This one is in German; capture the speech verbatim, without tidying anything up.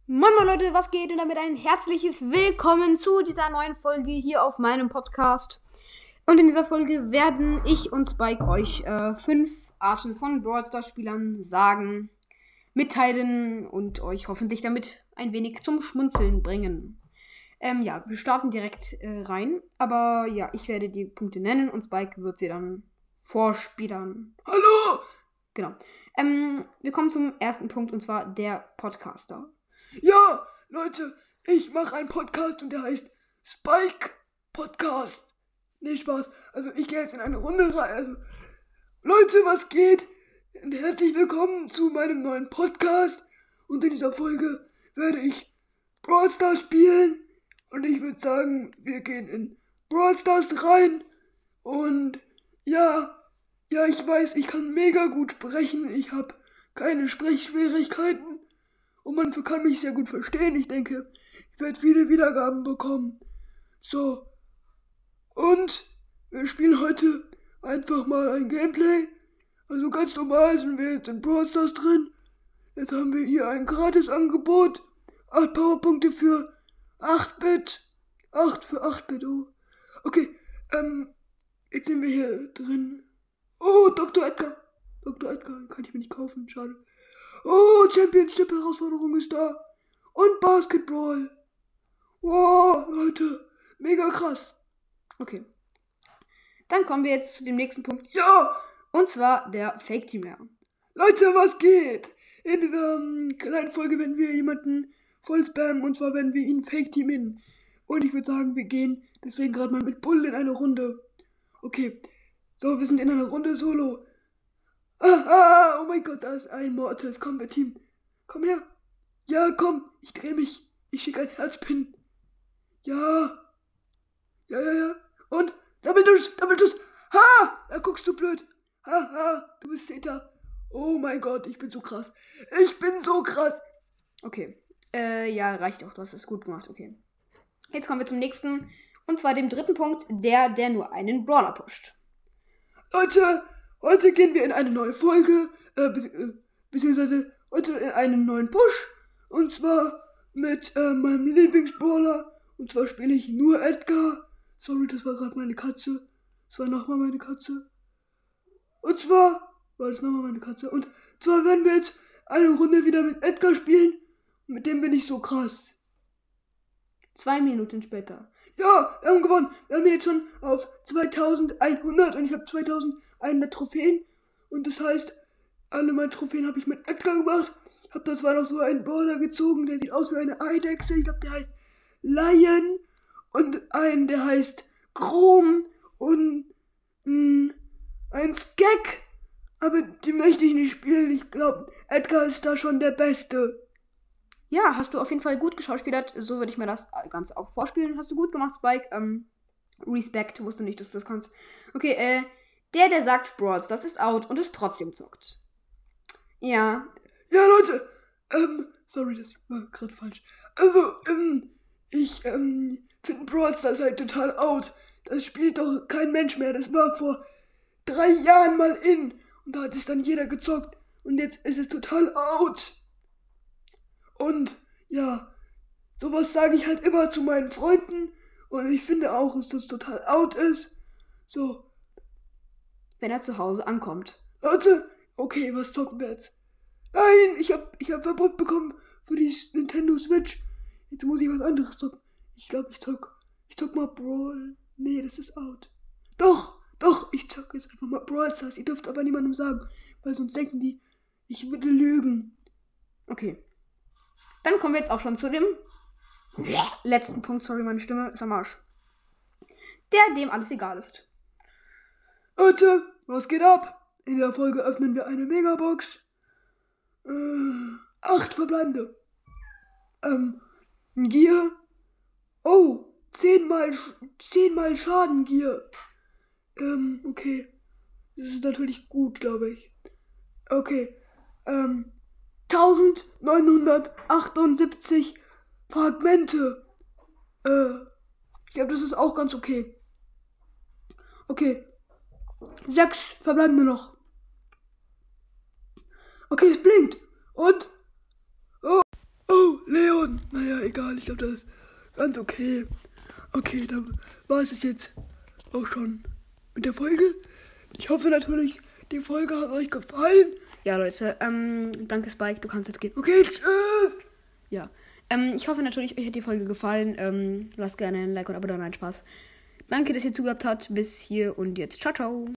Moin moin Leute, was geht? Und damit ein herzliches Willkommen zu dieser neuen Folge hier auf meinem Podcast. Und in dieser Folge werden ich und Spike euch äh, fünf Arten von Brawl Stars Spielern sagen, mitteilen und euch hoffentlich damit ein wenig zum Schmunzeln bringen. Ähm, ja, wir starten direkt äh, rein. Aber ja, ich werde die Punkte nennen und Spike wird sie dann vorspielern. Hallo! Genau. Ähm, wir kommen zum ersten Punkt und zwar der Podcaster. Ja, Leute, ich mache einen Podcast und der heißt Spike Podcast. Nee, Spaß. Also ich gehe jetzt in eine Runde rein. Also, Leute, was geht? Und herzlich willkommen zu meinem neuen Podcast. Und in dieser Folge werde ich Brawl Stars spielen. Und ich würde sagen, wir gehen in Brawl Stars rein. Und ja, ja, ich weiß, ich kann mega gut sprechen. Ich habe keine Sprechschwierigkeiten. Und man kann mich sehr gut verstehen. Ich denke, ich werde viele Wiedergaben bekommen. So. Und wir spielen heute einfach mal ein Gameplay. Also ganz normal sind wir jetzt in Brawl Stars drin. Jetzt haben wir hier ein Gratis-Angebot. acht Powerpunkte für acht Bit. acht für acht Bit, oh. Okay, ähm, jetzt sind wir hier drin. Oh, Doktor Edgar. Doktor Edgar, kann ich mir nicht kaufen, schade. Oh, Championship-Herausforderung ist da. Und Basketball. Wow, Leute, mega krass. Okay. Dann kommen wir jetzt zu dem nächsten Punkt. Ja! Und zwar der Fake-Teamer. Leute, was geht? In dieser um, kleinen Folge werden wir jemanden voll spammen. Und zwar werden wir ihn Fake-Teamen. Und ich würde sagen, wir gehen deswegen gerade mal mit Bull in eine Runde. Okay. So, wir sind in einer Runde solo. Ah, ah, oh mein Gott, da ist ein Mortis. Komm, wir Team. Komm her. Ja, komm. Ich drehe mich. Ich schicke ein Herzpin. Ja. Ja, ja, ja. Und? Doppeltusch, Doppeltusch. Ha! Da guckst du blöd. Ha, ha. Du bist Zeta. Oh mein Gott, ich bin so krass. Ich bin so krass. Okay. Äh, ja, reicht auch. Du hast es gut gemacht. Okay. Jetzt kommen wir zum nächsten. Und zwar dem dritten Punkt. Der, der nur einen Brawler pusht. Leute, heute gehen wir in eine neue Folge. Äh, be- äh, beziehungsweise heute in einen neuen Push. Und zwar mit äh, meinem Lieblingsbrawler. Und zwar spiele ich nur Edgar. Sorry, das war gerade meine Katze. Das war nochmal meine Katze. Und zwar war das nochmal meine Katze. Und zwar werden wir jetzt eine Runde wieder mit Edgar spielen. Mit dem bin ich so krass. Zwei Minuten später. Ja, wir haben gewonnen. Wir haben ihn jetzt schon auf zweitausendeinhundert und ich habe zweitausendeinhundert Trophäen. Und das heißt, alle meine Trophäen habe ich mit Edgar gemacht. Ich habe da zwar noch so einen Brawler gezogen, der sieht aus wie eine Eidechse. Ich glaube, der heißt Lion. Und einen, der heißt Chrom. Und mh, ein Skek. Aber die möchte ich nicht spielen. Ich glaube, Edgar ist da schon der Beste. Ja, hast du auf jeden Fall gut geschauspielert. So würde ich mir das Ganze auch vorspielen. Hast du gut gemacht, Spike. Ähm, Respekt. Wusste nicht, dass du das kannst. Okay, äh, der, der sagt Brawls, das ist out und es trotzdem zockt. Ja. Ja, Leute. Ähm, sorry, das war gerade falsch. Also, ähm, ich, ähm, finde Brawl Stars halt total out. Das spielt doch kein Mensch mehr. Das war vor drei Jahren mal in. Und da hat es dann jeder gezockt. Und jetzt ist es total out. Und, ja, sowas sage ich halt immer zu meinen Freunden. Und ich finde auch, dass das total out ist. So. Wenn er zu Hause ankommt. Leute, okay, was zocken wir jetzt? Nein, ich hab, ich hab Verbot bekommen für die Nintendo Switch. Jetzt muss ich was anderes zocken. Ich glaube, ich zock, ich zock mal Brawl. Nee, das ist out. Doch, doch, ich zock jetzt einfach mal Brawl Stars. Ihr dürft aber niemandem sagen, weil sonst denken die, ich würde lügen. Okay. Dann kommen wir jetzt auch schon zu dem letzten Punkt. Sorry, meine Stimme ist am Arsch. Der, dem alles egal ist. Leute, was geht ab? In der Folge öffnen wir eine Megabox. Äh, acht verbleibende. Ähm, ein Gier. Oh, zehnmal, zehnmal Schadengier. Ähm, okay. Das ist natürlich gut, glaube ich. Okay. Ähm, neunzehnhundertachtundsiebzig Fragmente. Äh, ich glaube, das ist auch ganz okay. Okay. Sechs verbleibende noch. Okay, es blinkt. Und? Oh, oh, Leon. egal. Ich glaube, das ist ganz okay. Okay, dann war es jetzt auch schon mit der Folge. Ich hoffe natürlich, die Folge hat euch gefallen. Ja, Leute, ähm, danke Spike, du kannst jetzt gehen. Okay, tschüss. Ja, ähm, ich hoffe natürlich, euch hat die Folge gefallen. Ähm, lasst gerne ein Like und Abo da, nein, Spaß. Danke, dass ihr zugehört habt. Bis hier und jetzt. Ciao, ciao.